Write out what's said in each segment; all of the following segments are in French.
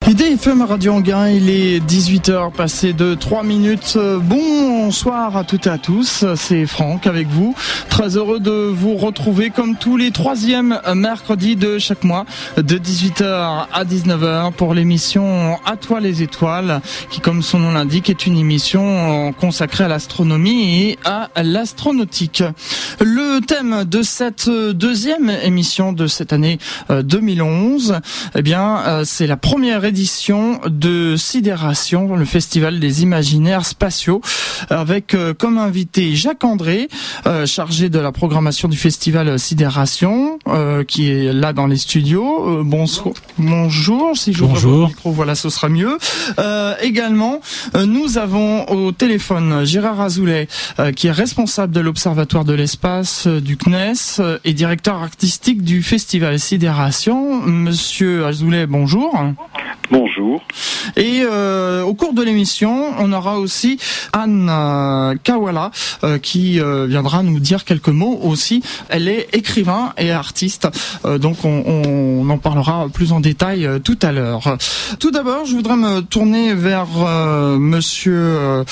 IDFM Radio Anguin, il est 18h passé de 3 minutes. Bonsoir à toutes et à tous, c'est Franck avec vous. Très heureux de vous retrouver comme tous les troisièmes mercredis de chaque mois, de 18h à 19h pour l'émission À toi les étoiles, qui comme son nom l'indique est une émission consacrée à l'astronomie et à l'astronautique. Le thème de cette deuxième émission de cette année 2011, eh bien, c'est la première édition de Sidération, le festival des imaginaires spatiaux, avec comme invité Jacques André, chargé de la programmation du festival Sidération, qui est là dans les studios. Bonjour, si j'ouvre votre micro, voilà, ce sera mieux. Également, nous avons au téléphone Gérard Azoulay, qui est responsable de l'Observatoire de l'espace du CNES et directeur artistique du festival Sidération. Monsieur Azoulay, bonjour. Bonjour. Et au cours de l'émission, on aura aussi Anne Kawala qui viendra nous dire quelques mots aussi. Elle est écrivain et artiste, donc on en parlera plus en détail tout à l'heure. Tout d'abord, je voudrais me tourner vers Monsieur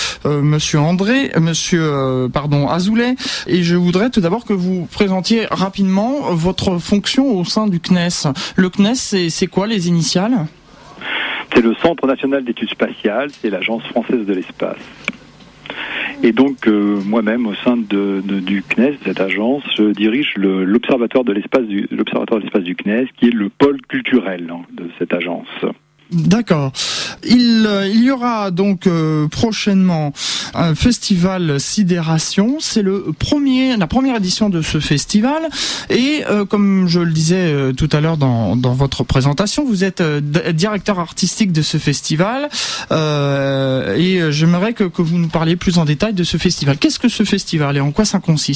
Azoulay, et je voudrais tout d'abord que vous présentiez rapidement votre fonction au sein du CNES. Le CNES, c'est quoi les initiales ? C'est le Centre national d'études spatiales, c'est l'Agence française de l'espace. Et donc, moi-même, au sein du CNES, cette agence, je dirige l'Observatoire de l'espace du CNES, qui est le pôle culturel de cette agence. D'accord. Il y aura donc prochainement un festival Sidération. C'est la première édition de ce festival. Et comme je le disais tout à l'heure dans votre présentation, vous êtes directeur artistique de ce festival. Et j'aimerais que vous nous parliez plus en détail de ce festival. Qu'est-ce que ce festival et en quoi ça consiste ?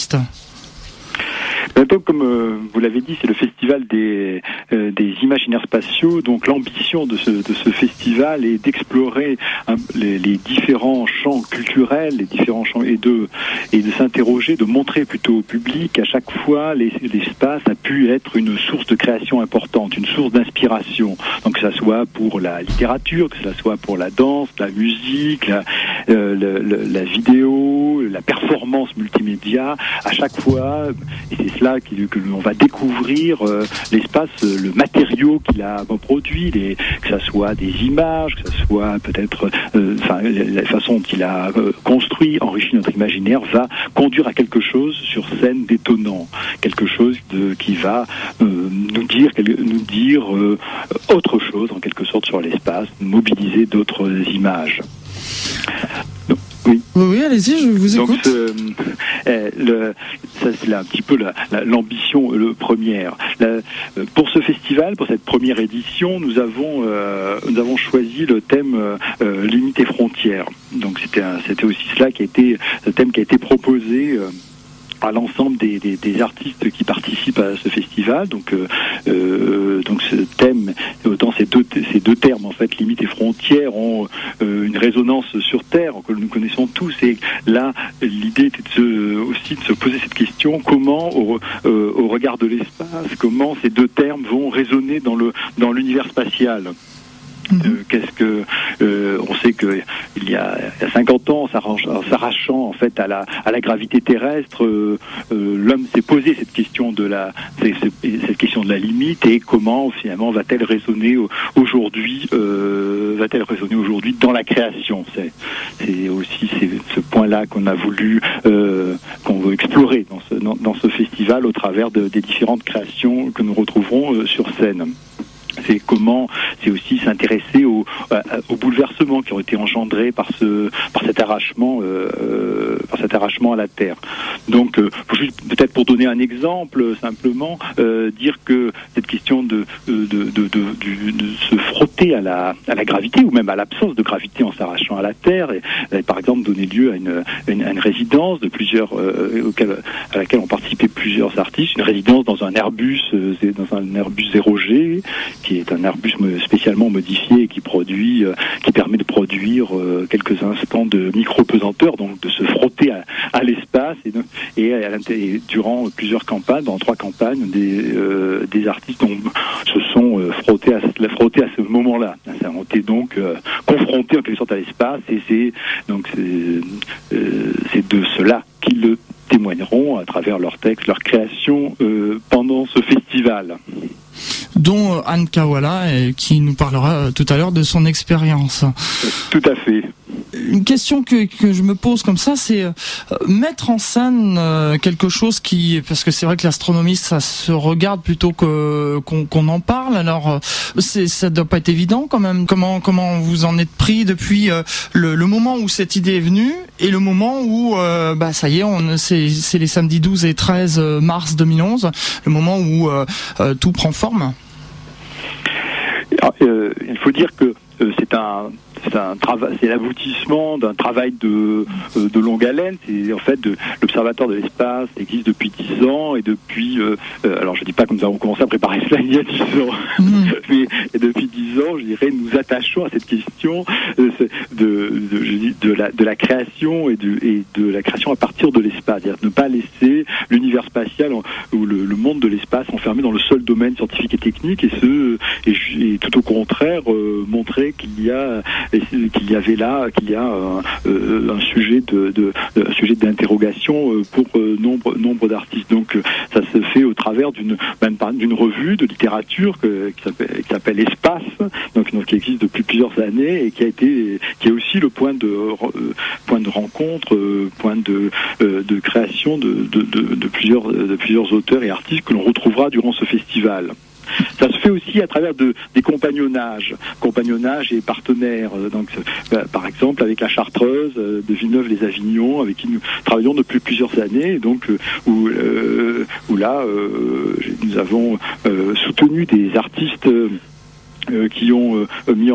Comme vous l'avez dit, c'est le festival des imaginaires spatiaux. Donc l'ambition de ce festival est d'explorer les différents champs culturels, les différents champs et de s'interroger, de montrer plutôt au public à chaque fois l'espace a pu être une source de création importante, une source d'inspiration. Donc que ça soit pour la littérature, que ça soit pour la danse, la musique, la vidéo, la performance multimédia. À chaque fois, et c'est cela que l'on va découvrir l'espace, le matériau qu'il a produit, que ça soit des images, que ça soit peut-être la façon dont il a construit, enrichi notre imaginaire, va conduire à quelque chose sur scène d'étonnant, quelque chose qui va nous dire autre chose en quelque sorte sur l'espace, mobiliser d'autres images. Oui, allez-y, je vous écoute. Donc, ça c'est un petit peu l'ambition première. Pour ce festival, pour cette première édition, nous avons choisi le thème Limites et frontières. Donc c'était aussi cela qui a été le thème qui a été proposé à l'ensemble des artistes qui participent à ce festival. Donc ce thème, autant ces deux termes en fait, limites et frontières, ont une résonance sur Terre que nous connaissons tous. Et là, l'idée était aussi de se poser cette question: comment, au regard de l'espace, comment ces deux termes vont résonner dans l'univers spatial. On sait que il y a 50 ans, en s'arrachant en fait à la gravité terrestre, l'homme s'est posé cette question de la limite, et comment finalement va-t-elle résonner aujourd'hui dans la création. C'est aussi ce point-là qu'on veut explorer dans ce festival au travers des différentes créations que nous retrouverons sur scène. C'est aussi s'intéresser aux bouleversements qui ont été engendrés par cet arrachement à la Terre. Donc, peut-être pour donner un exemple simplement, dire que cette question de se frotter à la gravité, ou même à l'absence de gravité en s'arrachant à la Terre, et par exemple donner lieu à une résidence de plusieurs à laquelle ont participé plusieurs artistes, une résidence dans un Airbus 0G, qui est un arbuste spécialement modifié et qui permet de produire quelques instants de micro-pesanteur, donc de se frotter à l'espace et durant plusieurs campagnes, dans 3 campagnes, des artistes se sont frottés à ce moment-là. Ça ont été donc confrontés en quelque sorte à l'espace, et c'est de cela qu'ils le témoigneront à travers leurs textes, leur création pendant ce festival. Dont Anne Kawala, qui nous parlera tout à l'heure de son expérience. Tout à fait. Une question que je me pose comme ça, c'est mettre en scène quelque chose parce que c'est vrai que l'astronomie, ça se regarde plutôt qu'on en parle. Alors, ça doit pas être évident quand même. Comment vous en êtes pris depuis le moment où cette idée est venue et le moment où, ça y est, c'est les samedis 12 et 13 mars 2011, le moment où tout prend forme. Alors, il faut dire que c'est l'aboutissement d'un travail de longue haleine. C'est en fait l'Observatoire de l'espace existe depuis 10 ans, et depuis alors je dis pas que nous avons commencé à préparer cela il y a 10 ans, mais depuis 10 ans, je dirais, nous attachons à cette question de la création et de la création à partir de l'espace, c'est-à-dire ne pas laisser l'univers spatial ou le monde de l'espace enfermé dans le seul domaine scientifique et technique, et tout au contraire montrer qu'il y a un sujet d'interrogation pour nombre d'artistes. Donc ça se fait au travers d'une revue de littérature qui s'appelle Espace, donc qui existe depuis plusieurs années, et qui est aussi le point de rencontre, point de création de plusieurs auteurs et artistes que l'on retrouvera durant ce festival. Ça se fait aussi à travers des compagnonnages et partenaires. Donc, par exemple, avec la Chartreuse de Villeneuve-les-Avignon, avec qui nous travaillons depuis plusieurs années, donc où là, nous avons soutenu des artistes qui ont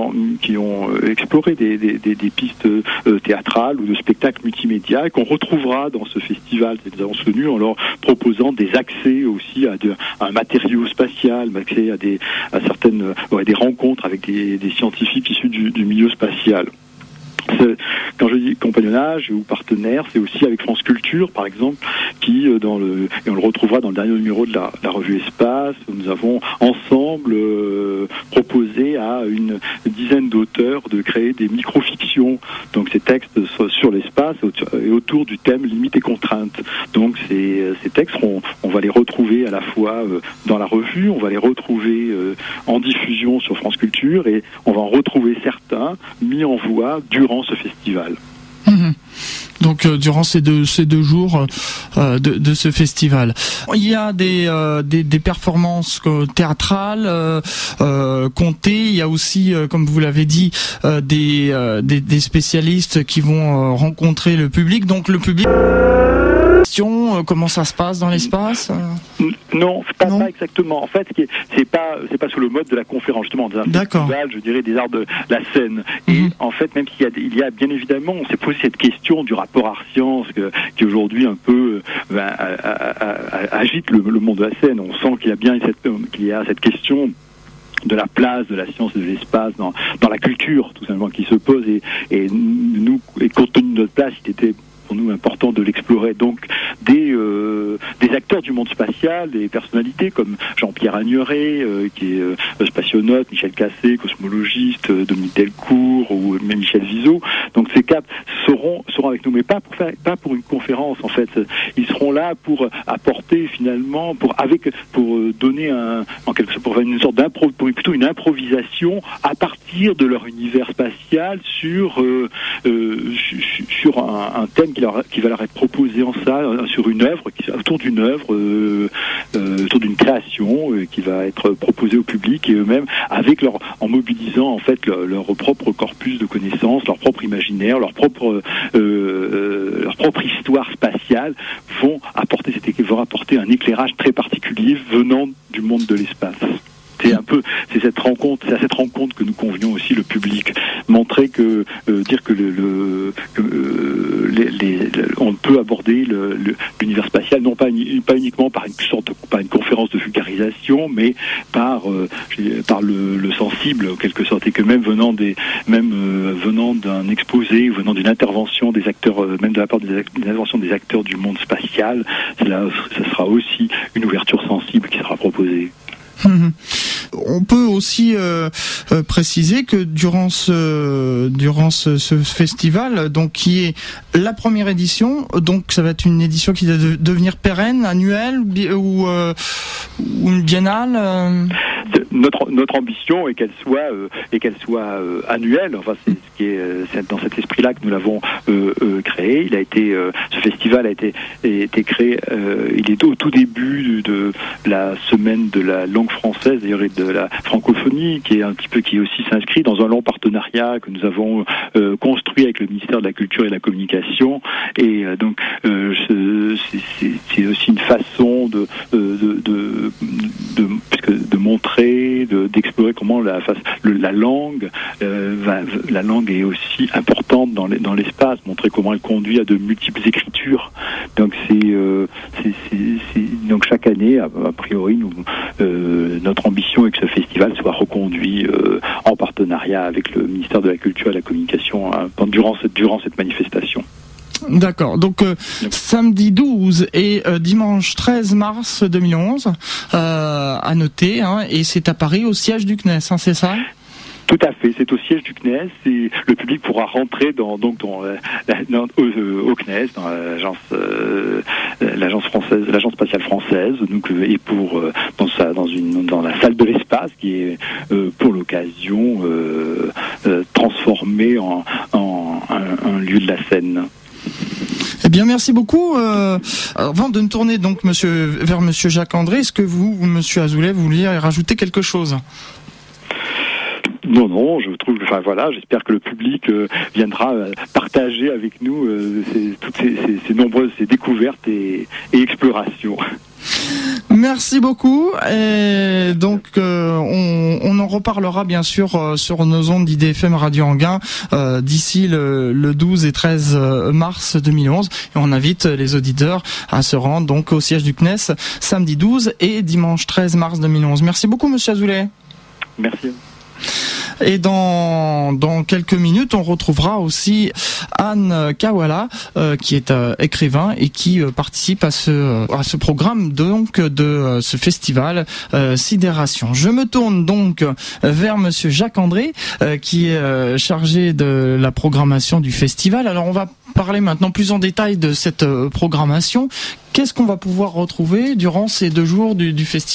exploré des pistes théâtrales ou de spectacles multimédia, et qu'on retrouvera dans ce festival. Nous avons soutenu en leur proposant des accès aussi à un matériau spatial, accès à certaines des rencontres avec des scientifiques issus du milieu spatial. Quand je dis compagnonnage ou partenaire, c'est aussi avec France Culture, par exemple, et on le retrouvera dans le dernier numéro de la revue Espace. Nous avons ensemble proposé à une dizaine d'auteurs de créer des micro-fictions, donc ces textes sur l'espace et autour du thème limites et contraintes. Donc ces textes, on va les retrouver à la fois dans la revue, on va les retrouver en diffusion sur France Culture, et on va en retrouver certains mis en voix durant ce festival. Donc durant ces deux jours de ce festival, il y a des performances théâtrales, comptées. Il y a aussi, comme vous l'avez dit, des spécialistes qui vont rencontrer le public. Donc le public. Comment ça se passe dans l'espace? Non, pas exactement. En fait, c'est pas sous le mode de la conférence, justement, d'un festival, je dirais, des arts de la scène. Et en fait, même qu'il y a bien évidemment, on s'est posé cette question du rapport art-science qui aujourd'hui un peu agite le monde de la scène. On sent qu'il y a cette question de la place de la science et de l'espace dans la culture, tout simplement, qui se pose, et compte tenu de notre place, il était pour nous important de l'explorer. Donc des acteurs du monde spatial, des personnalités comme Jean-Pierre Agneray, qui est spationaute, Michel Cassé, cosmologiste, Dominique Delcourt ou même Michel Viseau. Donc ces quatre seront avec nous, mais pas pour une conférence, en fait. Ils seront là pour apporter finalement, pour donner pour une sorte plutôt une improvisation à partir de leur univers spatial sur un thème qui va leur être proposé sur une œuvre, autour d'une œuvre, autour d'une création qui va être proposée au public, et eux-mêmes en mobilisant en fait leur propre corpus de connaissances, leur propre imaginaire, leur propre histoire spatiale, vont apporter un éclairage très particulier venant du monde de l'espace. C'est à cette rencontre que nous convions aussi le public. Montrer dire que on peut aborder l'univers spatial non pas uniquement par une conférence de vulgarisation, mais par le sensible en quelque sorte, et que même venant d'un exposé, venant d'une intervention des acteurs, même de la part des interventions des acteurs du monde spatial, ça sera aussi une ouverture sensible qui sera proposée. On peut aussi préciser que durant ce festival, donc qui est la première édition, donc ça va être une édition qui va devenir pérenne, annuelle ou une biennale. Notre ambition est qu'elle soit annuelle. Enfin, c'est dans cet esprit-là que nous l'avons créé. Ce festival a été créé. Il est au tout début de la semaine de la langue française, d'ailleurs, et de la francophonie, qui aussi s'inscrit dans un long partenariat que nous avons construit avec le ministère de la Culture et de la Communication. Et donc, c'est aussi une façon de montrer, d'explorer comment la langue est aussi importante dans l'espace, montrer comment elle conduit à de multiples écritures. Donc donc chaque année, a priori, notre ambition est que ce festival soit reconduit en partenariat avec le ministère de la Culture et de la Communication durant cette manifestation. D'accord, donc samedi 12 et dimanche 13 mars 2011, à noter, et c'est à Paris au siège du CNES, c'est ça ? Tout à fait, c'est au siège du CNES et le public pourra rentrer au CNES, dans l'agence spatiale française, donc et dans la salle de l'espace qui est pour l'occasion transformée en un lieu de la scène. Eh bien, merci beaucoup. Avant de me tourner donc vers Monsieur Jacques-André, est-ce que vous, Monsieur Azoulay, vous vouliez rajouter quelque chose ? Non, je trouve, j'espère que le public viendra partager avec nous toutes ces nombreuses découvertes et explorations. Merci beaucoup. Et donc, on en reparlera bien sûr sur nos ondes d'IDFM Radio Anguin d'ici le 12 et 13 mars 2011. Et on invite les auditeurs à se rendre donc au siège du CNES samedi 12 et dimanche 13 mars 2011. Merci beaucoup, Monsieur Azoulay. Merci. Et dans quelques minutes, on retrouvera aussi Anne Kawala, qui est écrivain et qui participe à ce programme donc de ce festival Sidération. Je me tourne donc vers Monsieur Jacques-André, qui est chargé de la programmation du festival. Alors on va parler maintenant plus en détail de cette programmation. Qu'est-ce qu'on va pouvoir retrouver durant ces 2 jours du festival ?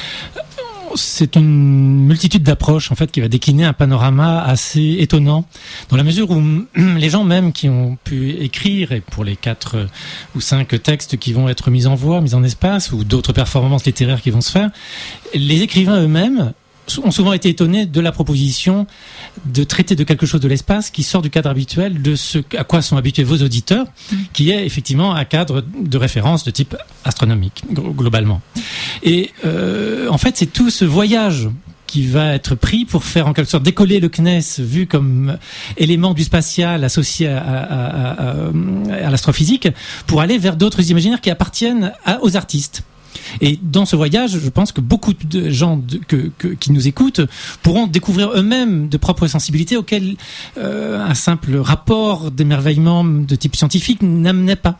C'est une multitude d'approches en fait qui va décliner un panorama assez étonnant dans la mesure où les gens même qui ont pu écrire, et pour les 4 ou 5 textes qui vont être mis en voix, mis en espace, ou d'autres performances littéraires qui vont se faire, les écrivains eux-mêmes ont souvent été étonnés de la proposition de traiter de quelque chose de l'espace qui sort du cadre habituel de ce à quoi sont habitués vos auditeurs, qui est effectivement un cadre de référence de type astronomique, globalement. Et en fait, c'est tout ce voyage qui va être pris pour faire en quelque sorte décoller le CNES vu comme élément du spatial associé à l'astrophysique, pour aller vers d'autres imaginaires qui appartiennent aux artistes. Et dans ce voyage, je pense que beaucoup de gens qui nous écoutent pourront découvrir eux-mêmes de propres sensibilités auxquelles un simple rapport d'émerveillement de type scientifique n'amenait pas.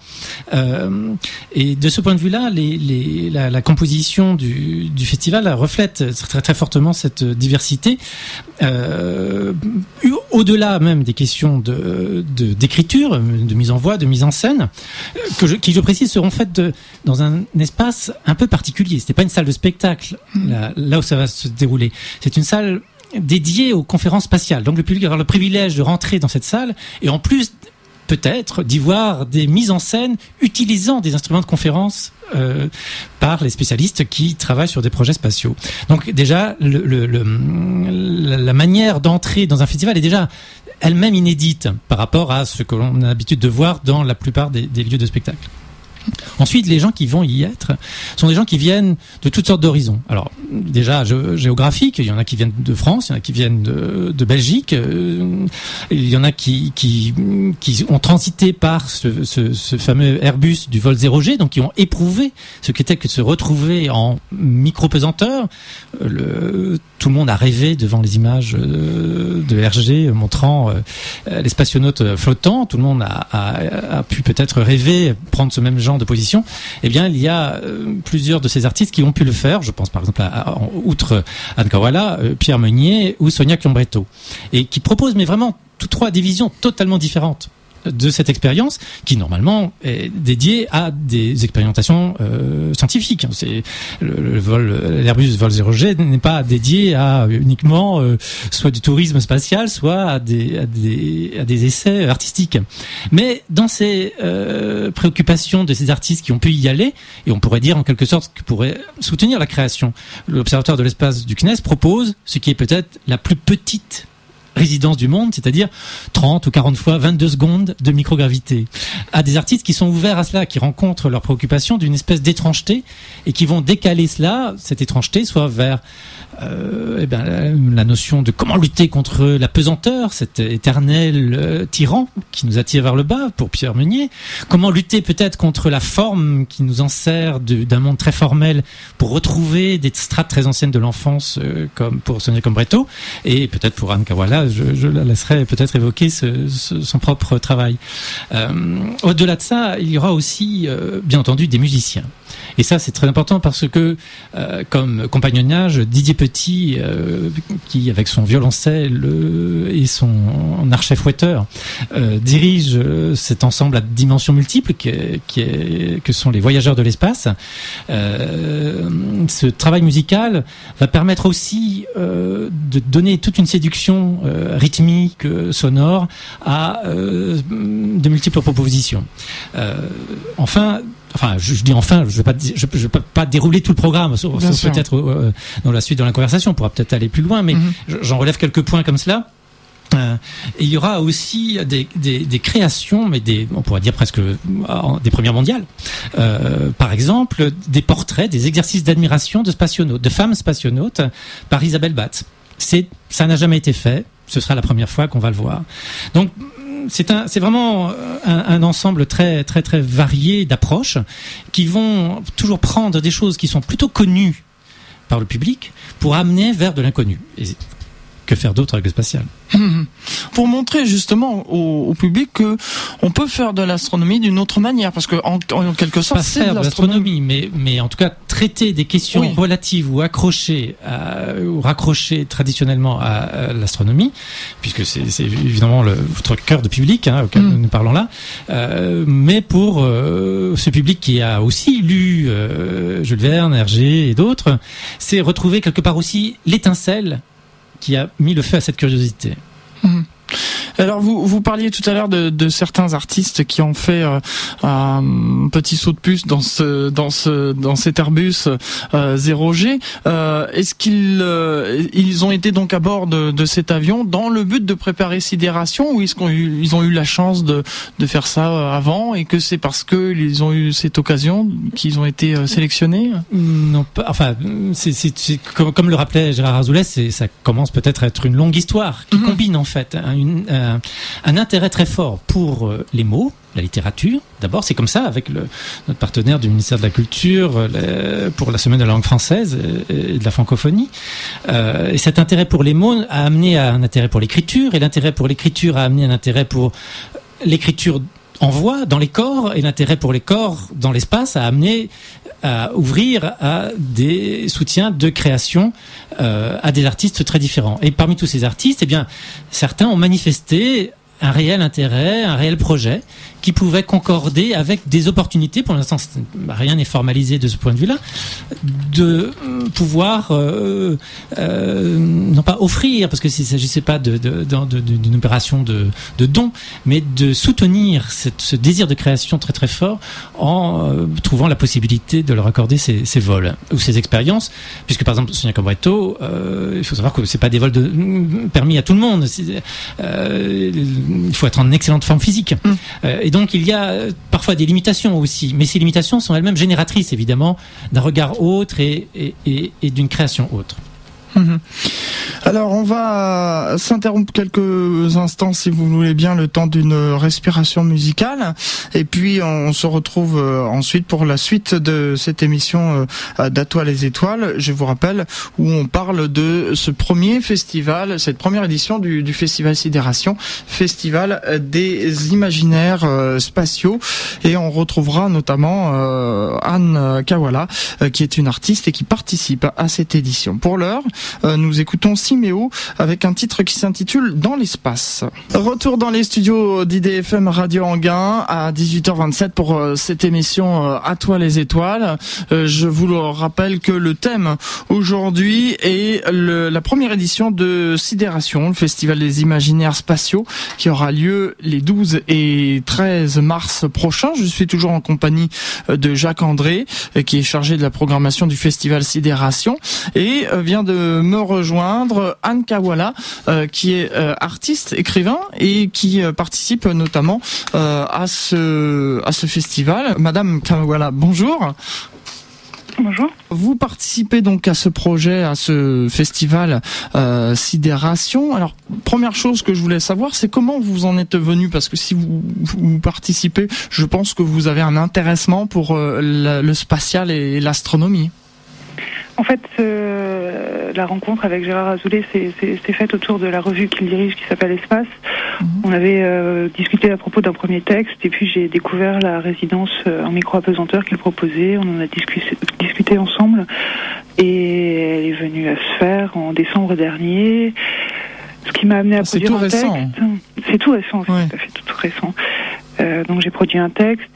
Et de ce point de vue-là, la composition du festival reflète très, très fortement cette diversité, au-delà même des questions d'écriture, de mise en voix, de mise en scène, qui, je précise, seront faites dans un espace un peu particulier. C'était pas une salle de spectacle là où ça va se dérouler. C'est une salle dédiée aux conférences spatiales. Donc le public va avoir le privilège de rentrer dans cette salle et en plus peut-être d'y voir des mises en scène utilisant des instruments de conférence par les spécialistes qui travaillent sur des projets spatiaux. Donc déjà la manière d'entrer dans un festival est déjà elle-même inédite par rapport à ce que l'on a l'habitude de voir dans la plupart des lieux de spectacle. Ensuite, les gens qui vont y être sont des gens qui viennent de toutes sortes d'horizons. Alors, déjà, géographique, il y en a qui viennent de France, il y en a qui viennent de Belgique, il y en a qui ont transité par ce fameux Airbus du vol 0G, donc qui ont éprouvé ce qu'était que de se retrouver en micro-pesanteur. Tout le monde a rêvé devant les images de RG montrant les spationautes flottants. Tout le monde a pu peut-être rêver, prendre ce même genre de position. Eh bien, il y a plusieurs de ces artistes qui ont pu le faire. Je pense par exemple outre Anne Kawala, Pierre Meunier ou Sonia Chiambretto, et qui proposent mais vraiment toutes trois des visions totalement différentes de cette expérience qui normalement est dédiée à des expérimentations scientifiques. C'est l'Airbus vol 0G n'est pas dédié à uniquement soit du tourisme spatial, soit à des essais artistiques. Mais dans ces préoccupations de ces artistes qui ont pu y aller, et on pourrait dire en quelque sorte que pourrait soutenir la création, l'Observatoire de l'espace du CNES propose ce qui est peut-être la plus petite résidence du monde, c'est-à-dire 30 ou 40 fois 22 secondes de microgravité, à des artistes qui sont ouverts à cela, qui rencontrent leurs préoccupations d'une espèce d'étrangeté et qui vont décaler cela, cette étrangeté, soit vers la notion de comment lutter contre la pesanteur, cet éternel tyran qui nous attire vers le bas pour Pierre Meunier, comment lutter peut-être contre la forme qui nous enserre d'un monde très formel pour retrouver des strates très anciennes de l'enfance comme pour Sonia Chiambretto, et peut-être pour Anne Kawala, je la laisserai peut-être évoquer son propre travail. Au-delà de ça, il y aura aussi bien entendu des musiciens. Et ça, c'est très important parce que, comme compagnonnage, Didier Petit, qui avec son violoncelle et son archet-fouetteur dirige cet ensemble à dimensions multiples que sont les voyageurs de l'espace. Ce travail musical va permettre aussi de donner toute une séduction rythmique, sonore à de multiples propositions. Je dis enfin, je vais pas dérouler tout le programme, sauf peut-être dans la suite de la conversation, on pourra peut-être aller plus loin, mais j'en relève quelques points comme cela. Et il y aura aussi des créations, mais on pourrait dire presque des premières mondiales. Par exemple, des portraits, des exercices d'admiration de femmes spationautes par Isabelle Batz. Ça n'a jamais été fait. Ce sera la première fois qu'on va le voir. Donc, c'est vraiment un ensemble très très très varié d'approches qui vont toujours prendre des choses qui sont plutôt connues par le public pour amener vers de l'inconnu. Et que faire d'autre avec le spatial ? Pour montrer justement au public que on peut faire de l'astronomie d'une autre manière, parce que en quelque sorte, pas faire de l'astronomie, mais en tout cas traiter des questions relatives ou accrochées ou raccrochées traditionnellement à l'astronomie, puisque c'est évidemment votre cœur de public auquel nous parlons là, mais pour ce public qui a aussi lu Jules Verne, Hergé et d'autres, c'est retrouver quelque part aussi l'étincelle qui a mis le feu à cette curiosité. Alors vous parliez tout à l'heure de certains artistes qui ont fait un petit saut de puce dans cet Airbus 0G. Est-ce qu'ils ont été donc à bord de cet avion dans le but de préparer sidération, ou est-ce qu'ils ont eu la chance de faire ça avant, et que c'est parce que ils ont eu cette occasion qu'ils ont été sélectionnés? Non, c'est comme le rappelait Gérard Azoulay, ça commence peut-être à être une longue histoire qui combine en fait un intérêt très fort pour les mots, la littérature. D'abord, c'est comme ça avec notre partenaire du ministère de la Culture pour la Semaine de la langue française et de la francophonie. Et cet intérêt pour les mots a amené à un intérêt pour l'écriture, et l'intérêt pour l'écriture a amené un intérêt pour l'écriture en voix dans les corps, et l'intérêt pour les corps dans l'espace a amené à ouvrir à des soutiens de création à des artistes très différents. Et parmi tous ces artistes, eh bien, certains ont manifesté un réel intérêt, un réel projet qui pouvait concorder avec des opportunités. Pour l'instant, rien n'est formalisé de ce point de vue-là, de pouvoir non pas offrir, parce que s'il ne s'agissait pas d'une opération de don, mais de soutenir ce désir de création très très fort en trouvant la possibilité de leur accorder ces vols ou ces expériences, puisque par exemple Sonia Chiambretto, il faut savoir que c'est pas des vols permis à tout le monde. il faut être en excellente forme physique. Et donc il y a parfois des limitations aussi, mais ces limitations sont elles-mêmes génératrices évidemment d'un regard autre et d'une création autre. Alors on va s'interrompre quelques instants si vous voulez bien, le temps d'une respiration musicale, et puis on se retrouve ensuite pour la suite de cette émission d'À toi les étoiles. Je vous rappelle où on parle de ce premier festival, cette première édition du Festival Sidération, Festival des imaginaires spatiaux, et on retrouvera notamment Anne Kawala qui est une artiste et qui participe à cette édition. Pour l'heure, nous écoutons Siméo avec un titre qui s'intitule Dans l'espace. Retour dans les studios d'IDFM Radio Anguin à 18h27 pour cette émission À toi les étoiles. Je vous le rappelle que le thème aujourd'hui est la première édition de Sidération, le Festival des imaginaires spatiaux, qui aura lieu les 12 et 13 mars prochains. Je suis toujours en compagnie de Jacques André, qui est chargé de la programmation du Festival Sidération, et vient de me rejoindre Anne Kawala, qui est artiste, écrivain, et qui participe notamment à ce festival. Madame Kawala, bonjour. Bonjour. Vous participez donc à ce projet, à ce festival Sidération. Alors, première chose que je voulais savoir, c'est comment vous en êtes venu, parce que si vous participez, je pense que vous avez un intéressement pour le spatial et l'astronomie. En fait, la rencontre avec Gérard Azoulay s'est faite autour de la revue qu'il dirige qui s'appelle Espace. On avait discuté à propos d'un premier texte, et puis j'ai découvert la résidence en micro-apesanteur qu'il proposait. On en a discuté ensemble, et elle est venue à se faire en décembre dernier. Ce qui m'a amené à produire un texte. C'est tout récent, ouais. Tout à fait tout récent. Donc j'ai produit un texte,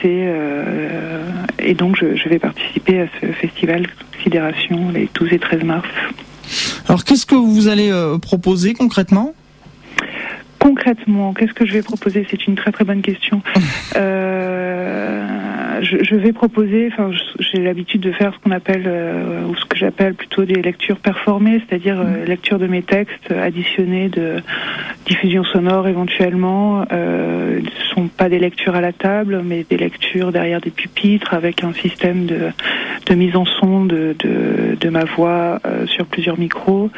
et donc je vais participer à ce festival Sidération les 12 et 13 mars. Alors qu'est-ce que vous allez proposer concrètement ? Concrètement, qu'est-ce que je vais proposer ? C'est une très très bonne question. Je vais proposer, j'ai l'habitude de faire ce qu'on appelle, ou ce que j'appelle plutôt des lectures performées, c'est-à-dire lecture de mes textes, additionnés de diffusion sonore éventuellement. Ce ne sont pas des lectures à la table, mais des lectures derrière des pupitres, avec un système de mise en son de ma voix sur plusieurs micros.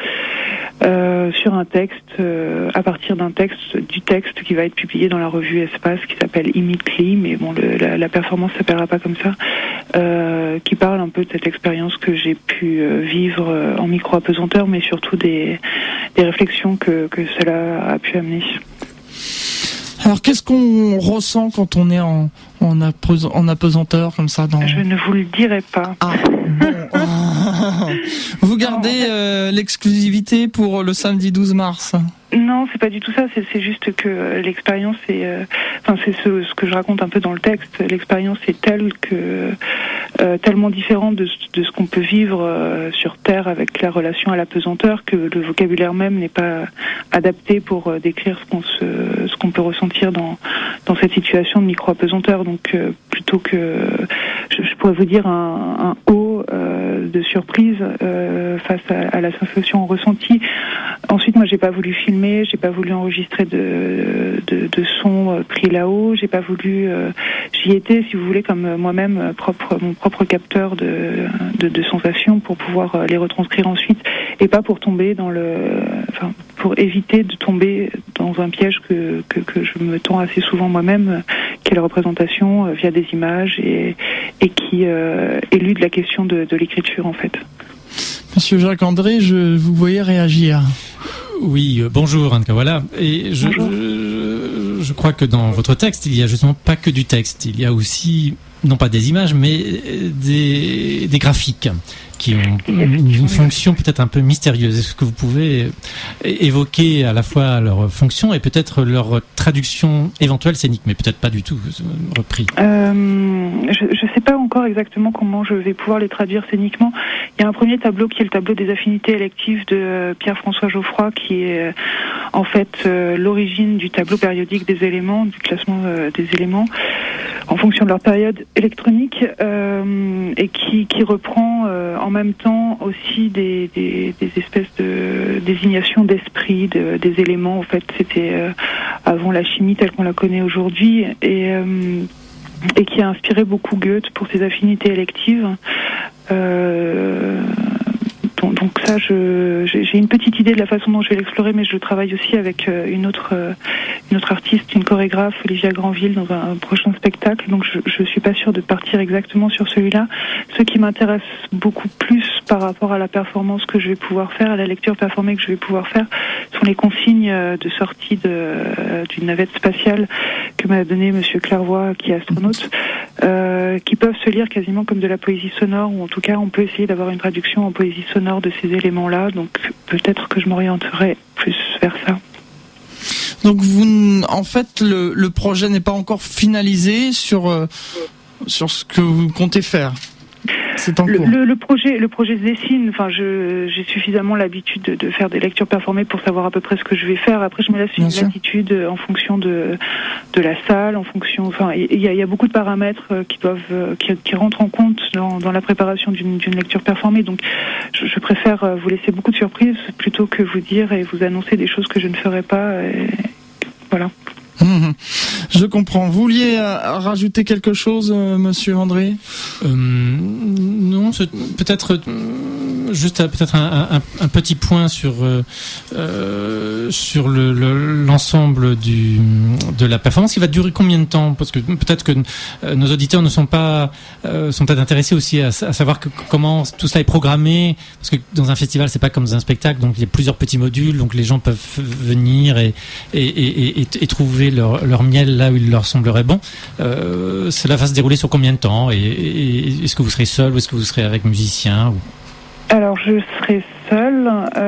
Sur un texte, à partir du texte qui va être publié dans la revue Espace, qui s'appelle Immicly, mais bon, la performance s'appellera pas comme ça, qui parle un peu de cette expérience que j'ai pu vivre en micro-apesanteur, mais surtout des réflexions que cela a pu amener. Alors, qu'est-ce qu'on ressent quand on est en apesanteur comme ça Je ne vous le dirai pas. Ah, bon. Vous gardez l'exclusivité pour le samedi 12 mars ? Non, c'est pas du tout ça. C'est juste que l'expérience est, c'est ce que je raconte un peu dans le texte. L'expérience est tellement différente de ce qu'on peut vivre sur Terre avec la relation à l'apesanteur, que le vocabulaire même n'est pas adapté pour décrire ce qu'on peut ressentir dans cette situation de micro-apesanteur. Donc plutôt que je pourrais vous dire un haut de surprise face à la sensation ressentie. Ensuite, moi, j'ai pas voulu filmer, j'ai pas voulu enregistrer de son pris là-haut, j'ai pas voulu. J'y étais, si vous voulez, comme moi-même mon propre capteur de sensations pour pouvoir les retranscrire ensuite, et pas pour tomber pour éviter de tomber dans un piège que je me tends assez souvent moi-même, qui est la représentation via des images et qui élude la question de l'écriture en fait. Monsieur Jacques André, je vous voyais réagir. Oui, bonjour Anne Kawala. Et je crois que dans votre texte, il y a justement pas que du texte. Il y a aussi, non pas des images, mais des graphiques qui ont une fonction peut-être un peu mystérieuse. Est-ce que vous pouvez évoquer à la fois leur fonction et peut-être leur traduction éventuelle scénique, mais peut-être pas du tout repris? Je sais pas encore exactement comment je vais pouvoir les traduire scéniquement. Il y a un premier tableau qui est le tableau des affinités électives de Pierre-François Geoffroy, qui est en fait l'origine du tableau périodique des éléments, du classement des éléments en fonction de leur période électronique, et qui reprend en même temps aussi des espèces de désignations d'esprit des éléments. En fait, c'était avant la chimie telle qu'on la connaît aujourd'hui, et qui a inspiré beaucoup Goethe pour ses affinités électives. Donc ça, j'ai une petite idée de la façon dont je vais l'explorer, mais je travaille aussi avec une autre artiste, une chorégraphe, Olivia Granville, dans un prochain spectacle. Donc je suis pas sûre de partir exactement sur celui-là. Ce qui m'intéresse beaucoup plus par rapport à la performance que je vais pouvoir faire, à la lecture performée que je vais pouvoir faire, sont les consignes de sortie d'une navette spatiale que m'a donné Monsieur Clairvoy, qui est astronaute, qui peuvent se lire quasiment comme de la poésie sonore, ou en tout cas on peut essayer d'avoir une traduction en poésie sonore de ces éléments-là, donc peut-être que je m'orienterai plus vers ça. Donc en fait, le projet n'est pas encore finalisé sur ce que vous comptez faire. C'est en cours. Le projet se dessine. Enfin, j'ai suffisamment l'habitude de faire des lectures performées pour savoir à peu près ce que je vais faire. Après, je me laisse une latitude en fonction de la salle, en fonction. Enfin, il y a beaucoup de paramètres qui rentrent en compte dans la préparation d'une lecture performée. Donc, je préfère vous laisser beaucoup de surprises plutôt que vous dire et vous annoncer des choses que je ne ferai pas. Et voilà. Je comprends. Vous vouliez rajouter quelque chose, Monsieur André ? Non, peut-être juste peut-être un petit point sur l'ensemble de la performance qui va durer combien de temps, parce que peut-être que nos auditeurs ne sont pas sont peut-être intéressés aussi à savoir comment tout cela est programmé, parce que dans un festival c'est pas comme dans un spectacle, donc il y a plusieurs petits modules, donc les gens peuvent venir et trouver leur miel là où il leur semblerait bon. Cela va se dérouler sur combien de temps, et est-ce que vous serez seul ou est-ce que vous serez avec musiciens ou... Alors je serai seule.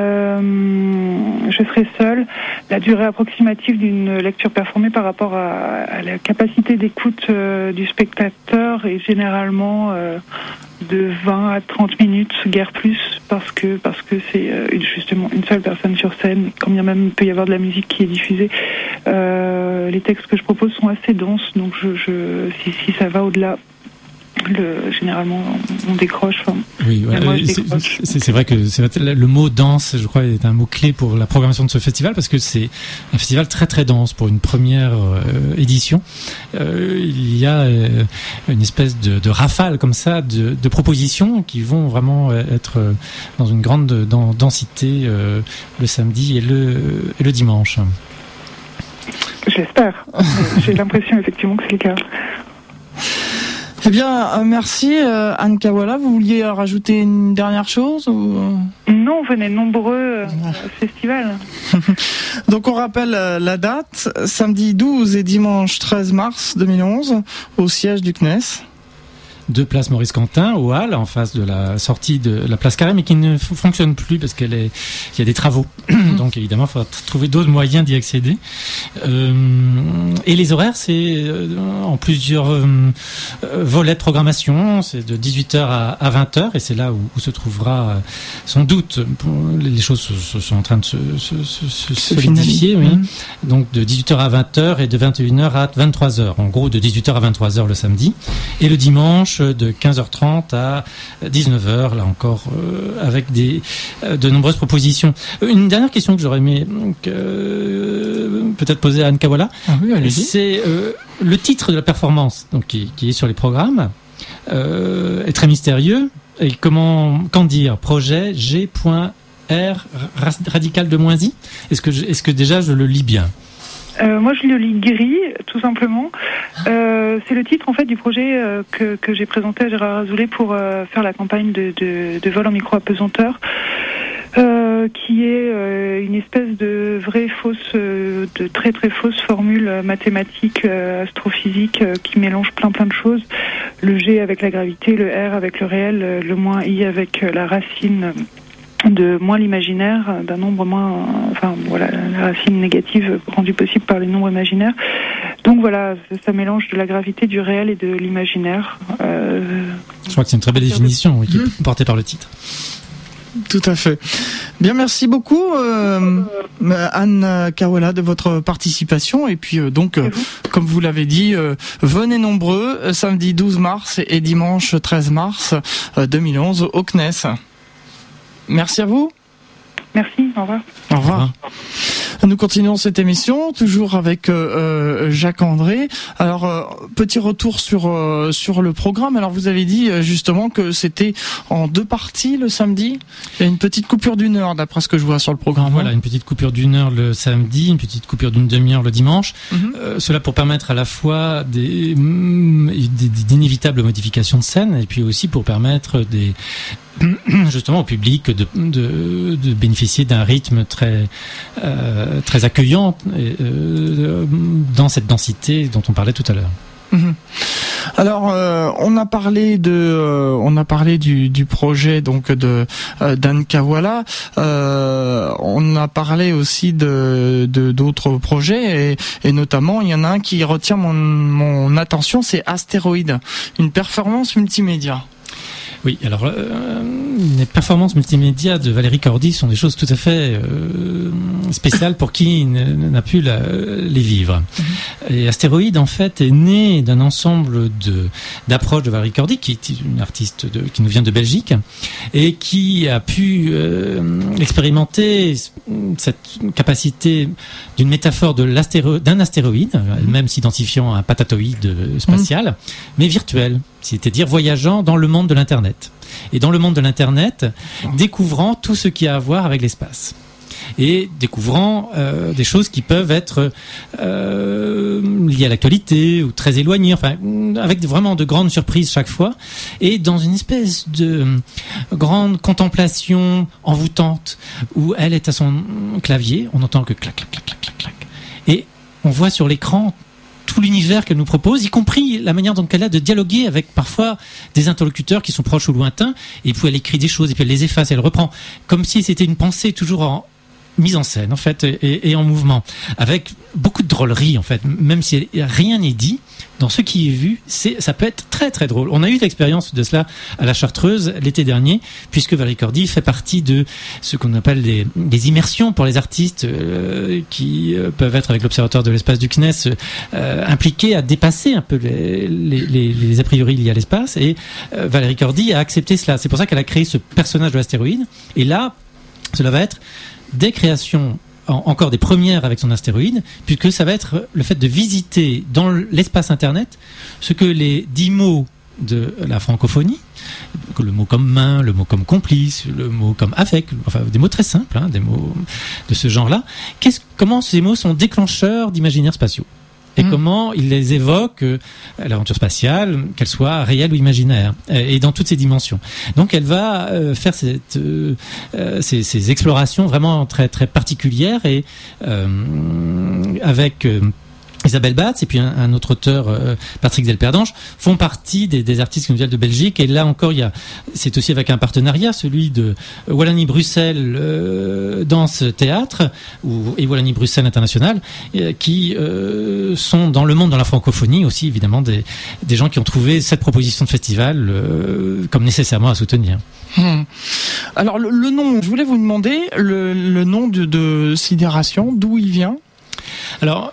La durée approximative d'une lecture performée par rapport à la capacité d'écoute du spectateur est généralement de 20 à 30 minutes, guère plus, parce que c'est justement une seule personne sur scène. Quand bien même il peut y avoir de la musique qui est diffusée, les textes que je propose sont assez denses, donc si ça va au-delà, généralement on décroche. Oui, ouais, c'est vrai que le mot dense, je crois, est un mot clé pour la programmation de ce festival, parce que c'est un festival très très dense pour une première édition. Il y a une espèce de rafale comme ça de propositions qui vont vraiment être dans une grande densité le samedi et le dimanche. J'espère. J'ai l'impression effectivement que c'est le cas. Eh bien, merci Anne Kawala. Vous vouliez rajouter une dernière chose ou... Non, venez nombreux au festival. Donc on rappelle la date, samedi 12 et dimanche 13 mars 2011 au siège du CNES. 2 places Maurice Quentin au hall, en face de la sortie de la place Carré, mais qui ne fonctionne plus parce il y a des travaux. Donc évidemment, il faudra trouver d'autres moyens d'y accéder. Et les horaires, c'est en plusieurs volets de programmation. C'est de 18h à 20h, et c'est là où se trouvera sans doute, les choses sont en train de se solidifier. Oui. Donc de 18h à 20h et de 21h à 23h. En gros, de 18h à 23h le samedi. Et le dimanche, de 15h30 à 19h, là encore, avec de nombreuses propositions. Une dernière question que j'aurais aimé peut-être poser à Anne Kawala. Ah oui, allez-y. C'est le titre de la performance, donc qui est sur les programmes, est très mystérieux. Et qu'en dire, projet G.R radical de moins I. Est-ce que déjà je le lis bien? Moi, je le lis gris, tout simplement. C'est le titre en fait du projet que j'ai présenté à Gérard Azoulay pour faire la campagne de vol en micro-apesanteur, qui est une espèce de vraie fausse, de très très fausse formule mathématique, astrophysique, qui mélange plein de choses. Le G avec la gravité, le R avec le réel, le moins I avec la racine de moins l'imaginaire, d'un nombre moins, enfin voilà, la racine négative rendue possible par les nombres imaginaires. Donc voilà, ça mélange de la gravité, du réel et de l'imaginaire. Je crois que c'est une très belle définition qui est portée par le titre. Tout à fait. Bien, merci beaucoup Anne Kawala de votre participation, et puis comme vous l'avez dit, venez nombreux samedi 12 mars et dimanche 13 mars 2011 au CNES. Merci à vous. Merci, au revoir. Au revoir. Nous continuons cette émission, toujours avec Jacques-André. Alors, petit retour sur le programme. Alors, vous avez dit justement que c'était en 2 parties le samedi. Il y a une petite coupure d'1 heure, d'après ce que je vois sur le programme. Voilà, une petite coupure d'1 heure le samedi, une petite coupure d'une demi-heure le dimanche. Cela pour permettre à la fois d'inévitables modifications de scène, et puis aussi pour permettre justement au public de bénéficier d'un rythme très accueillant dans cette densité dont on parlait tout à l'heure. Alors, on a parlé du projet donc de d'Anne Kawala. On a parlé aussi de d'autres projets et notamment il y en a un qui retient mon attention, c'est Astéroïde, une performance multimédia. Oui, alors les performances multimédia de Valérie Cordy sont des choses tout à fait spéciales pour qui n'a pu les vivre. Et Astéroïde, en fait, est né d'un ensemble d'approches de Valérie Cordy, qui est une artiste qui nous vient de Belgique, et qui a pu expérimenter cette capacité d'une métaphore d'un astéroïde, elle-même s'identifiant à un patatoïde spatial, mais virtuel, c'est-à-dire voyageant dans le monde de l'Internet. Et dans le monde de l'Internet, découvrant tout ce qui a à voir avec l'espace. Et découvrant des choses qui peuvent être liées à l'actualité ou très éloignées, enfin, avec vraiment de grandes surprises chaque fois, et dans une espèce de grande contemplation envoûtante, où elle est à son clavier, on entend que clac, clac, clac, clac, clac, clac, et on voit sur l'écran tout l'univers qu'elle nous propose, y compris la manière dont elle a de dialoguer avec parfois des interlocuteurs qui sont proches ou lointains, et puis elle écrit des choses, et puis elle les efface, elle reprend, comme si c'était une pensée toujours en mise en scène, en fait, et en mouvement, avec beaucoup de drôlerie, en fait, même si rien n'est dit, dans ce qui est vu, ça peut être très très drôle. On a eu l'expérience de cela à la Chartreuse l'été dernier, puisque Valérie Cordy fait partie de ce qu'on appelle des immersions pour les artistes qui peuvent être avec l'Observatoire de l'espace du CNES impliqués à dépasser un peu les a priori liés à l'espace, et Valérie Cordy a accepté cela. C'est pour ça qu'elle a créé ce personnage de l'astéroïde, et là, cela va être des créations, encore des premières avec son astéroïde, puisque ça va être le fait de visiter dans l'espace Internet ce que les 10 mots de la francophonie, le mot comme main, le mot comme complice, le mot comme avec, enfin des mots très simples, des mots de ce genre-là, comment ces mots sont déclencheurs d'imaginaires spatiaux. Et comment il les évoque, l'aventure spatiale, qu'elle soit réelle ou imaginaire, et dans toutes ses dimensions. Donc elle va faire ces explorations vraiment très très particulières, et avec Isabelle Batz et puis un autre auteur, Patrick Delperdange, font partie des artistes qui nous viennent de Belgique. Et là encore, c'est aussi avec un partenariat, celui de Wallonie-Bruxelles Danse Théâtre et Wallonie-Bruxelles International, qui sont dans le monde, dans la francophonie aussi, évidemment, des gens qui ont trouvé cette proposition de festival comme nécessairement à soutenir. Alors le nom, je voulais vous demander le nom de Sidération, d'où il vient? Alors,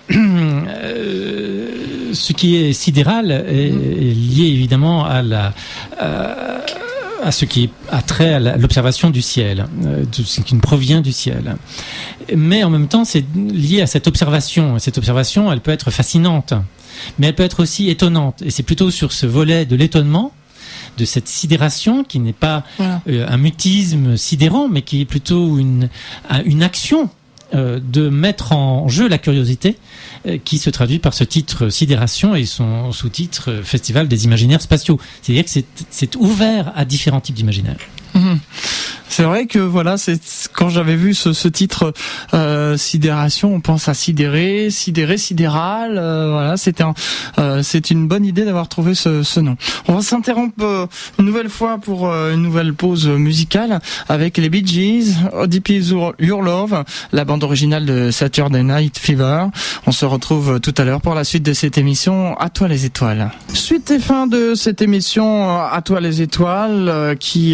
ce qui est sidéral est lié évidemment à ce qui a trait à l'observation du ciel, de ce qui nous provient du ciel. Mais en même temps, c'est lié à cette observation. Cette observation, elle peut être fascinante, mais elle peut être aussi étonnante. Et c'est plutôt sur ce volet de l'étonnement, de cette sidération, qui n'est pas un mutisme sidérant, mais qui est plutôt une action de mettre en jeu la curiosité, qui se traduit par ce titre Sidération et son sous-titre Festival des imaginaires spatiaux. C'est-à-dire que c'est ouvert à différents types d'imaginaires. C'est vrai que voilà, quand j'avais vu ce titre Sidération, on pense à sidérer, sidéral. Voilà, c'est une bonne idée d'avoir trouvé ce nom. On va s'interrompre une nouvelle fois pour une nouvelle pause musicale avec les Bee Gees, Deep Is Your Love, la bande originale de Saturday Night Fever. On se retrouve tout à l'heure pour la suite de cette émission À toi les étoiles. Suite et fin de cette émission À toi les étoiles, qui est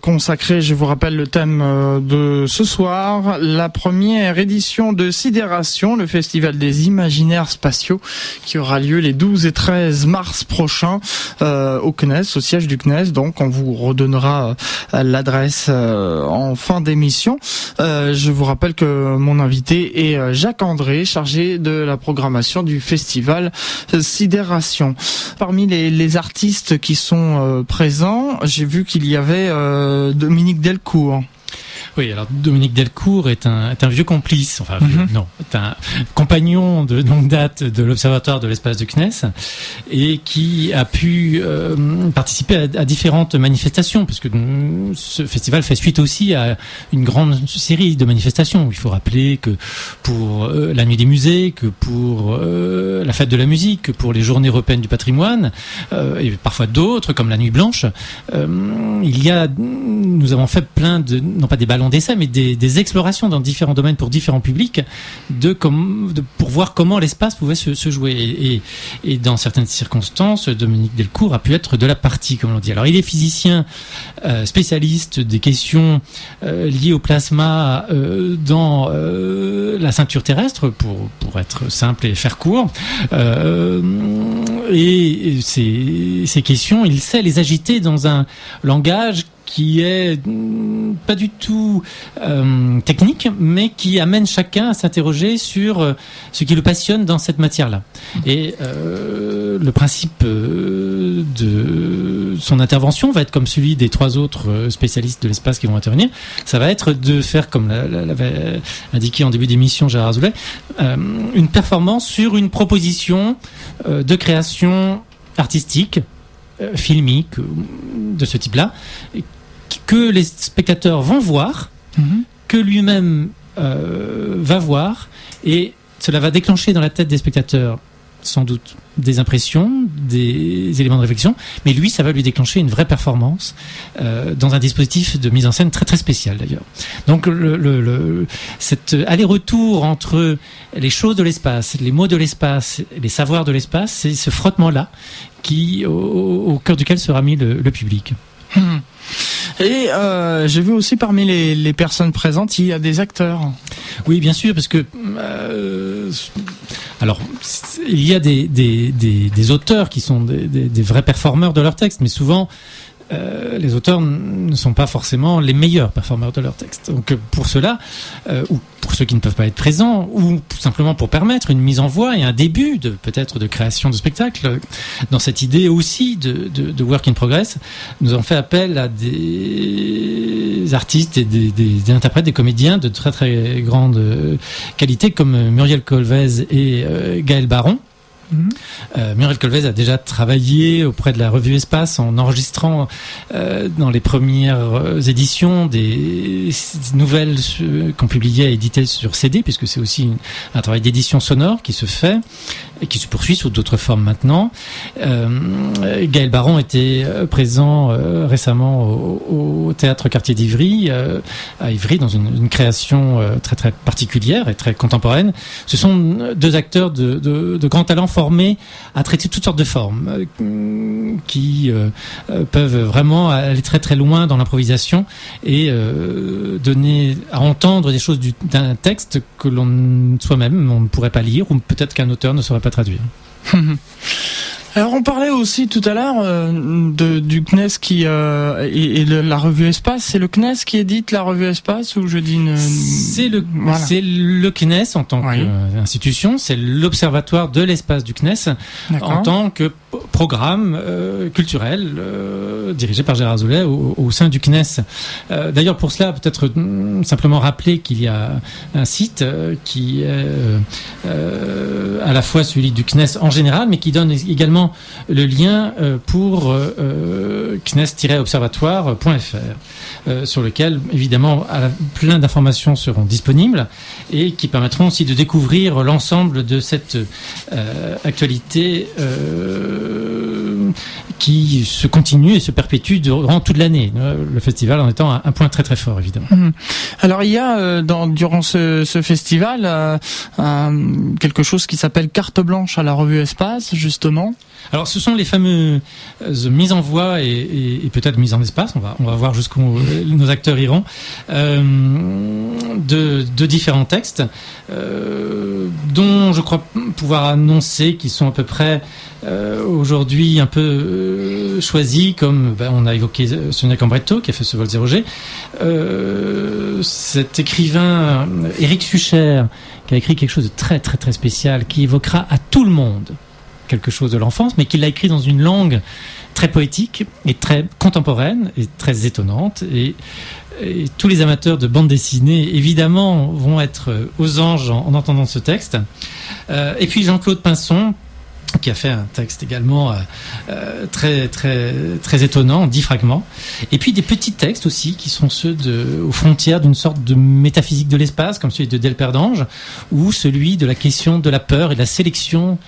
consacré, je vous rappelle le thème de ce soir, la première édition de Sidération, le festival des imaginaires spatiaux qui aura lieu les 12 et 13 mars prochains au CNES, au siège du CNES. Donc on vous redonnera l'adresse en fin d'émission. Je vous rappelle que mon invité est Jacques André, chargé de la programmation du festival Sidération. Parmi les artistes qui sont présents, j'ai vu qu'il y avait Dominique Delcourt. Oui, alors Dominique Delcourt est un vieux complice, enfin vieux, non, est un compagnon de longue date de l'Observatoire de l'espace du CNES et qui a pu participer à différentes manifestations, parce que ce festival fait suite aussi à une grande série de manifestations. Il faut rappeler que pour la Nuit des musées, que pour la Fête de la musique, que pour les Journées européennes du patrimoine, et parfois d'autres, comme la Nuit blanche, nous avons fait plein de, non pas des ballons d'essai, mais des explorations dans différents domaines pour différents publics pour voir comment l'espace pouvait se jouer. Et dans certaines circonstances, Dominique Delcourt a pu être de la partie, comme on dit. Alors, il est physicien spécialiste des questions liées au plasma dans la ceinture terrestre, pour être simple et faire court. Et ces questions, il sait les agiter dans un langage qui est pas du tout technique, mais qui amène chacun à s'interroger sur ce qui le passionne dans cette matière-là. Et le principe de son intervention va être comme celui des 3 autres spécialistes de l'espace qui vont intervenir. Ça va être de faire, comme l'avait indiqué en début d'émission Gérard Azoulay, une performance sur une proposition de création artistique, filmique, de ce type-là, que les spectateurs vont voir, que lui-même va voir, et cela va déclencher dans la tête des spectateurs sans doute des impressions, des éléments de réflexion, mais lui, ça va lui déclencher une vraie performance dans un dispositif de mise en scène très très spécial d'ailleurs. Donc cet aller-retour entre les choses de l'espace, les mots de l'espace, les savoirs de l'espace, c'est ce frottement-là au cœur duquel sera mis le public. Et j'ai vu aussi parmi les personnes présentes, il y a des acteurs. Oui, bien sûr, parce que alors il y a des auteurs qui sont des vrais performeurs de leurs textes, mais souvent les auteurs ne sont pas forcément les meilleurs performeurs de leurs textes. Donc pour cela, ou pour ceux qui ne peuvent pas être présents, ou tout simplement pour permettre une mise en voix et un début peut-être de création de spectacle, dans cette idée aussi de work in progress, nous avons fait appel à des artistes et des interprètes, des comédiens de très très grande qualité, comme Muriel Colvez et Gaël Baron. Muriel Colvez a déjà travaillé auprès de la revue Espace en enregistrant dans les premières éditions des nouvelles qu'on publiait et éditées sur CD, puisque c'est aussi un travail d'édition sonore qui se fait et qui se poursuit sous d'autres formes maintenant. Gaël Baron était présent récemment au Théâtre Quartier d'Ivry, à Ivry, dans une création très très particulière et très contemporaine. Ce sont 2 acteurs de grand talent formés à traiter toutes sortes de formes qui peuvent vraiment aller très très loin dans l'improvisation et donner à entendre des choses d'un texte que soi-même on ne pourrait pas lire, ou peut-être qu'un auteur ne saurait pas traduire. Alors on parlait aussi tout à l'heure du CNES qui et de la revue Espace. C'est le CNES qui édite la revue Espace, ou je dis une... C'est le CNES en tant qu'institution, c'est l'Observatoire de l'espace du CNES. D'accord. En tant que programme culturel dirigé par Gérard Azoulay au sein du CNES. D'ailleurs, pour cela, peut-être simplement rappeler qu'il y a un site qui est à la fois celui du CNES en général, mais qui donne également le lien pour CNES-observatoire.fr, sur lequel, évidemment, plein d'informations seront disponibles et qui permettront aussi de découvrir l'ensemble de cette actualité qui se continue et se perpétue durant toute l'année. Le festival en étant un point très très fort, évidemment. Alors il y a durant ce festival quelque chose qui s'appelle carte blanche à la revue Espace, justement. Alors ce sont les fameuses mises en voix et peut-être mises en espace, on va voir jusqu'où nos acteurs iront, de différents textes dont je crois pouvoir annoncer qu'ils sont à peu près aujourd'hui un peu choisis, comme on a évoqué Sonia Cambretto qui a fait ce vol 0G, cet écrivain Éric Sucher qui a écrit quelque chose de très très très spécial qui évoquera à tout le monde quelque chose de l'enfance, mais qui l'a écrit dans une langue très poétique et très contemporaine et très étonnante. Et tous les amateurs de bande dessinée, évidemment, vont être aux anges en entendant ce texte. Et puis Jean-Claude Pinson, qui a fait un texte également très très très étonnant, 10 fragments. Et puis des petits textes aussi qui sont ceux aux frontières d'une sorte de métaphysique de l'espace, comme celui de Delperdange, ou celui de la question de la peur et de la sélection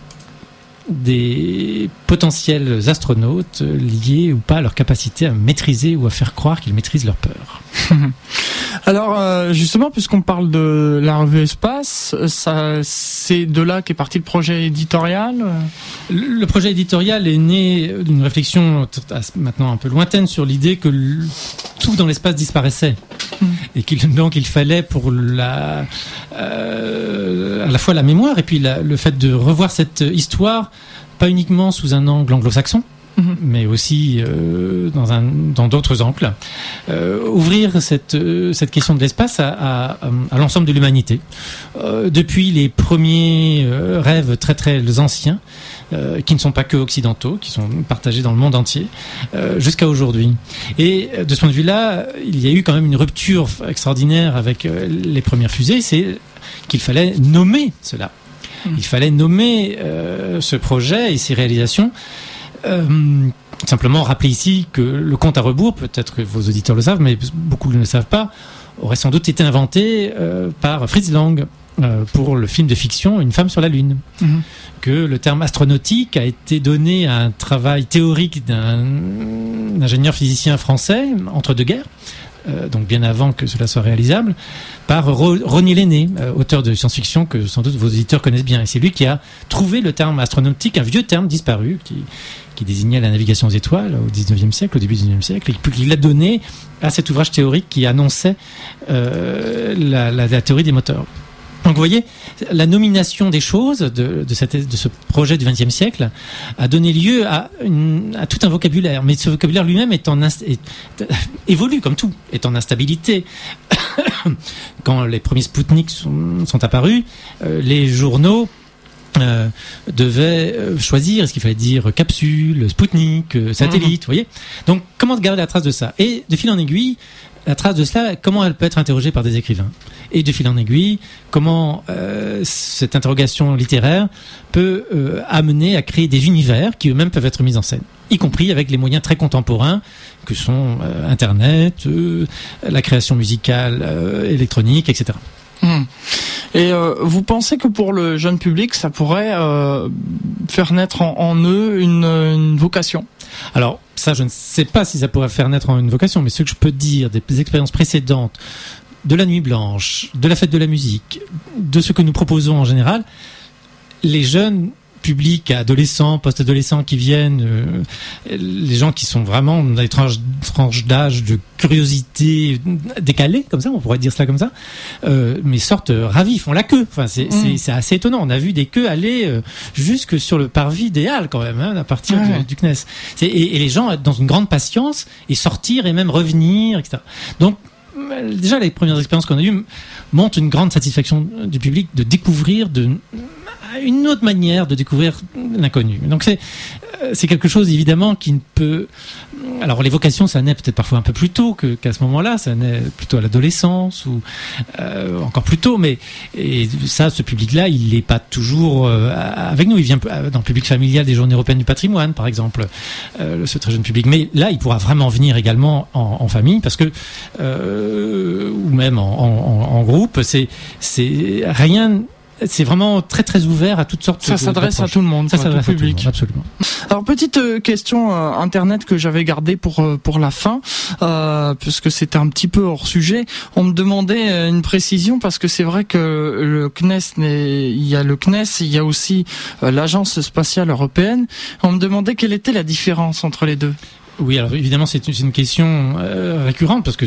des potentiels astronautes liés ou pas à leur capacité à maîtriser ou à faire croire qu'ils maîtrisent leur peur. Alors justement, puisqu'on parle de la revue Espace, c'est de là qu'est parti le projet éditorial. Le projet éditorial est né d'une réflexion maintenant un peu lointaine sur l'idée que tout dans l'espace disparaissait et donc il fallait pour à la fois la mémoire et puis le fait de revoir cette histoire pas uniquement sous un angle anglo-saxon, mais aussi dans d'autres angles. Ouvrir cette question de l'espace à l'ensemble de l'humanité. Depuis les premiers rêves très très anciens, qui ne sont pas que occidentaux, qui sont partagés dans le monde entier, jusqu'à aujourd'hui. Et de ce point de vue-là, il y a eu quand même une rupture extraordinaire avec les premières fusées, c'est qu'il fallait nommer cela. Il fallait nommer ce projet et ses réalisations. Simplement rappeler ici que le compte à rebours, peut-être que vos auditeurs le savent, mais beaucoup ne le savent pas, aurait sans doute été inventé par Fritz Lang pour le film de fiction Une femme sur la Lune. Que le terme astronautique a été donné à un travail théorique d'un ingénieur physicien français entre deux guerres, donc bien avant que cela soit réalisable, par Ronnie Lenné, auteur de science-fiction que sans doute vos auditeurs connaissent bien. Et c'est lui qui a trouvé le terme astronautique, un vieux terme disparu qui désignait la navigation aux étoiles au XIXe siècle, au début du XIXe siècle, et puis il l'a donné à cet ouvrage théorique qui annonçait la théorie des moteurs. Donc vous voyez, la nomination des choses de ce projet du XXe siècle a donné lieu à tout un vocabulaire, mais ce vocabulaire lui-même évolue comme tout, est en instabilité. Quand les premiers Spoutnik sont apparus, les journaux devaient choisir, est-ce qu'il fallait dire capsule, Spoutnik, satellite, vous voyez. Donc comment garder la trace de ça? Et de fil en aiguille, la trace de cela, comment elle peut être interrogée par des écrivains? Et de fil en aiguille, comment cette interrogation littéraire peut amener à créer des univers qui eux-mêmes peuvent être mis en scène, y compris avec les moyens très contemporains que sont Internet, la création musicale électronique, etc. Et vous pensez que pour le jeune public, ça pourrait faire naître en eux une vocation? Alors, ça, je ne sais pas si ça pourrait faire naître une vocation, mais ce que je peux dire des expériences précédentes, de la Nuit Blanche, de la Fête de la Musique, de ce que nous proposons en général, les jeunes publics, adolescents, post-adolescents qui viennent, les gens qui sont vraiment dans des tranches d'âge de curiosité décalée, comme ça, on pourrait dire cela comme ça, mais sortent ravis, font la queue. Enfin, c'est assez étonnant. On a vu des queues aller jusque sur le parvis des Halles quand même, à partir du CNES. Et les gens être dans une grande patience et sortir et même revenir, etc. Donc, déjà, les premières expériences qu'on a eues montrent une grande satisfaction du public de découvrir une autre manière de découvrir l'inconnu. Donc c'est quelque chose évidemment qui ne peut... Alors les vocations, ça naît peut-être parfois un peu plus tôt qu'à ce moment-là, ça naît plutôt à l'adolescence ou encore plus tôt, mais et ça, ce public-là, il n'est pas toujours avec nous. Il vient dans le public familial des Journées européennes du patrimoine, par exemple, ce très jeune public. Mais là, il pourra vraiment venir également en famille, parce que ou même en groupe, c'est rien c'est vraiment très très ouvert à toutes sortes. Ça s'adresse à tout le monde, ça s'adresse à tout public. Tout le monde, absolument. Alors petite question internet que j'avais gardée pour la fin, puisque c'était un petit peu hors sujet. On me demandait une précision parce que c'est vrai que le CNES, il y a le CNES, il y a aussi l'Agence spatiale européenne. On me demandait quelle était la différence entre les deux. Oui, alors évidemment c'est une question récurrente parce que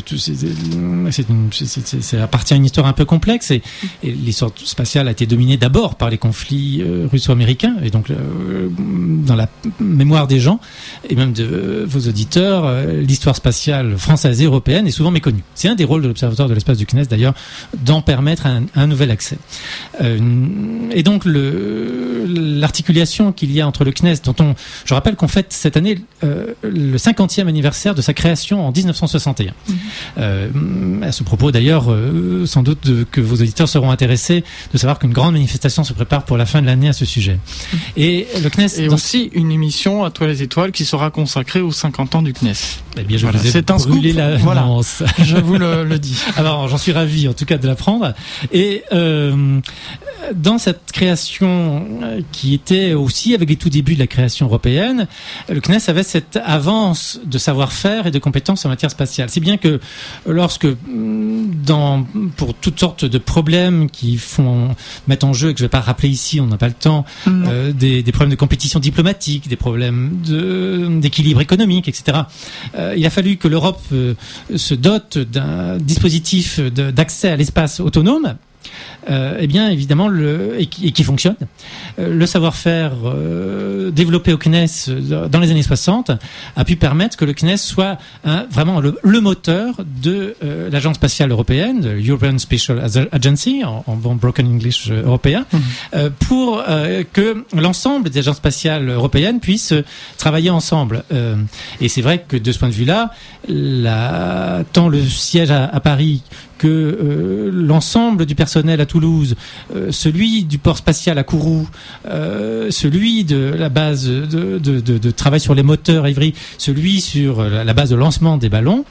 ça appartient à une histoire un peu complexe et l'histoire spatiale a été dominée d'abord par les conflits russo-américains et donc dans la mémoire des gens et même de vos auditeurs, l'histoire spatiale française et européenne est souvent méconnue. C'est un des rôles de l'Observatoire de l'espace du CNES d'ailleurs d'en permettre un nouvel accès. Et donc l'articulation qu'il y a entre le CNES, je rappelle qu'on fête cette année le 50e anniversaire de sa création en 1961. À ce propos, d'ailleurs, sans doute que vos auditeurs seront intéressés de savoir qu'une grande manifestation se prépare pour la fin de l'année à ce sujet. Et le CNES... Et aussi une émission à Toi les étoiles qui sera consacrée aux 50 ans du CNES. Eh bien, je vous ai brûlé la lance. Je vous le dis. Alors, j'en suis ravi, en tout cas, de l'apprendre. Et dans cette création qui était aussi avec les tout débuts de la création européenne, le CNES avait cette avance de savoir-faire et de compétences en matière spatiale. Si bien que lorsque, pour toutes sortes de problèmes qui mettent en jeu, et que je ne vais pas rappeler ici, on n'a pas le temps, des problèmes de compétition diplomatique, des problèmes d'équilibre économique, etc. Il a fallu que l'Europe se dote d'un dispositif d'accès à l'espace autonome. Eh bien, évidemment, et qui fonctionne. Le savoir-faire développé au CNES dans les années 60 a pu permettre que le CNES soit vraiment le moteur de l'Agence spatiale européenne, de European Spatial Agency, en bon broken English européen, pour que l'ensemble des agences spatiales européennes puissent travailler ensemble. Et c'est vrai que de ce point de vue-là, tant le siège à Paris que l'ensemble du personnel à Toulouse, celui du port spatial à Kourou, celui de la base de travail sur les moteurs à Ivry, celui sur la base de lancement des ballons,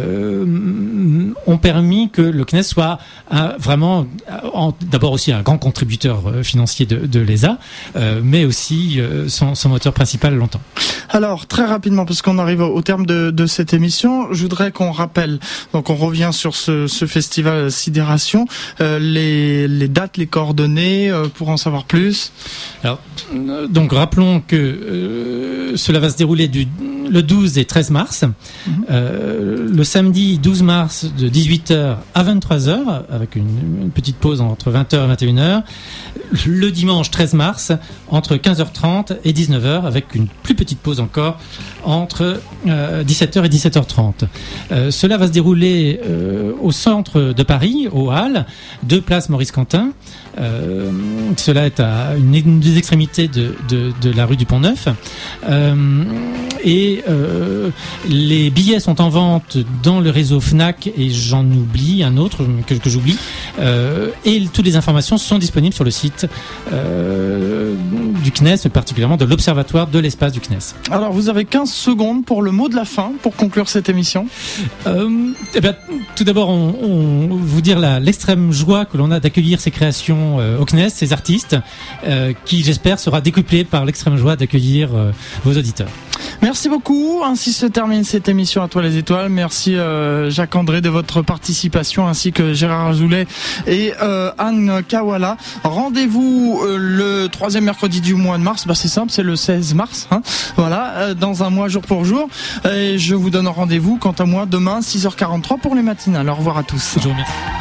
ont permis que le CNES soit vraiment d'abord aussi un grand contributeur financier de l'ESA, mais aussi son moteur principal longtemps. Alors très rapidement, parce qu'on arrive au terme de cette émission, je voudrais qu'on rappelle, donc on revient sur ce festival Sidération, les dates, les coordonnées pour en savoir plus. Alors donc rappelons que cela va se dérouler le 12 et 13 mars, le samedi 12 mars de 18h à 23h avec une petite pause entre 20h et 21h, le dimanche 13 mars entre 15h30 et 19h avec une plus petite pause encore entre 17h et 17h30. Cela va se dérouler au centre de Paris, aux Halles, 2 places Maurice Quentin. Cela est à une des extrémités de la rue du Pont-Neuf. Et les billets sont en vente dans le réseau Fnac et j'en oublie un autre que j'oublie. Et toutes les informations sont disponibles sur le site du CNES, particulièrement de l'Observatoire de l'espace du CNES. Alors vous avez 15 secondes pour le mot de la fin, pour conclure cette émission. Tout d'abord, on vous dire l'extrême joie que l'on a d'accueillir ces créations au CNES, ces artistes, qui j'espère sera décuplée par l'extrême joie d'accueillir vos auditeurs. Merci beaucoup, ainsi se termine cette émission à Toi les étoiles. Merci Jacques-André de votre participation, ainsi que Gérard Azoulay et Anne Kawala. Rendez-vous le 3e mercredi du mois de mars, c'est simple, c'est le 16 mars, voilà, dans un mois jour pour jour. Et je vous donne rendez-vous quant à moi demain 6h43 pour les matinales. Au revoir à tous. Je vous remercie.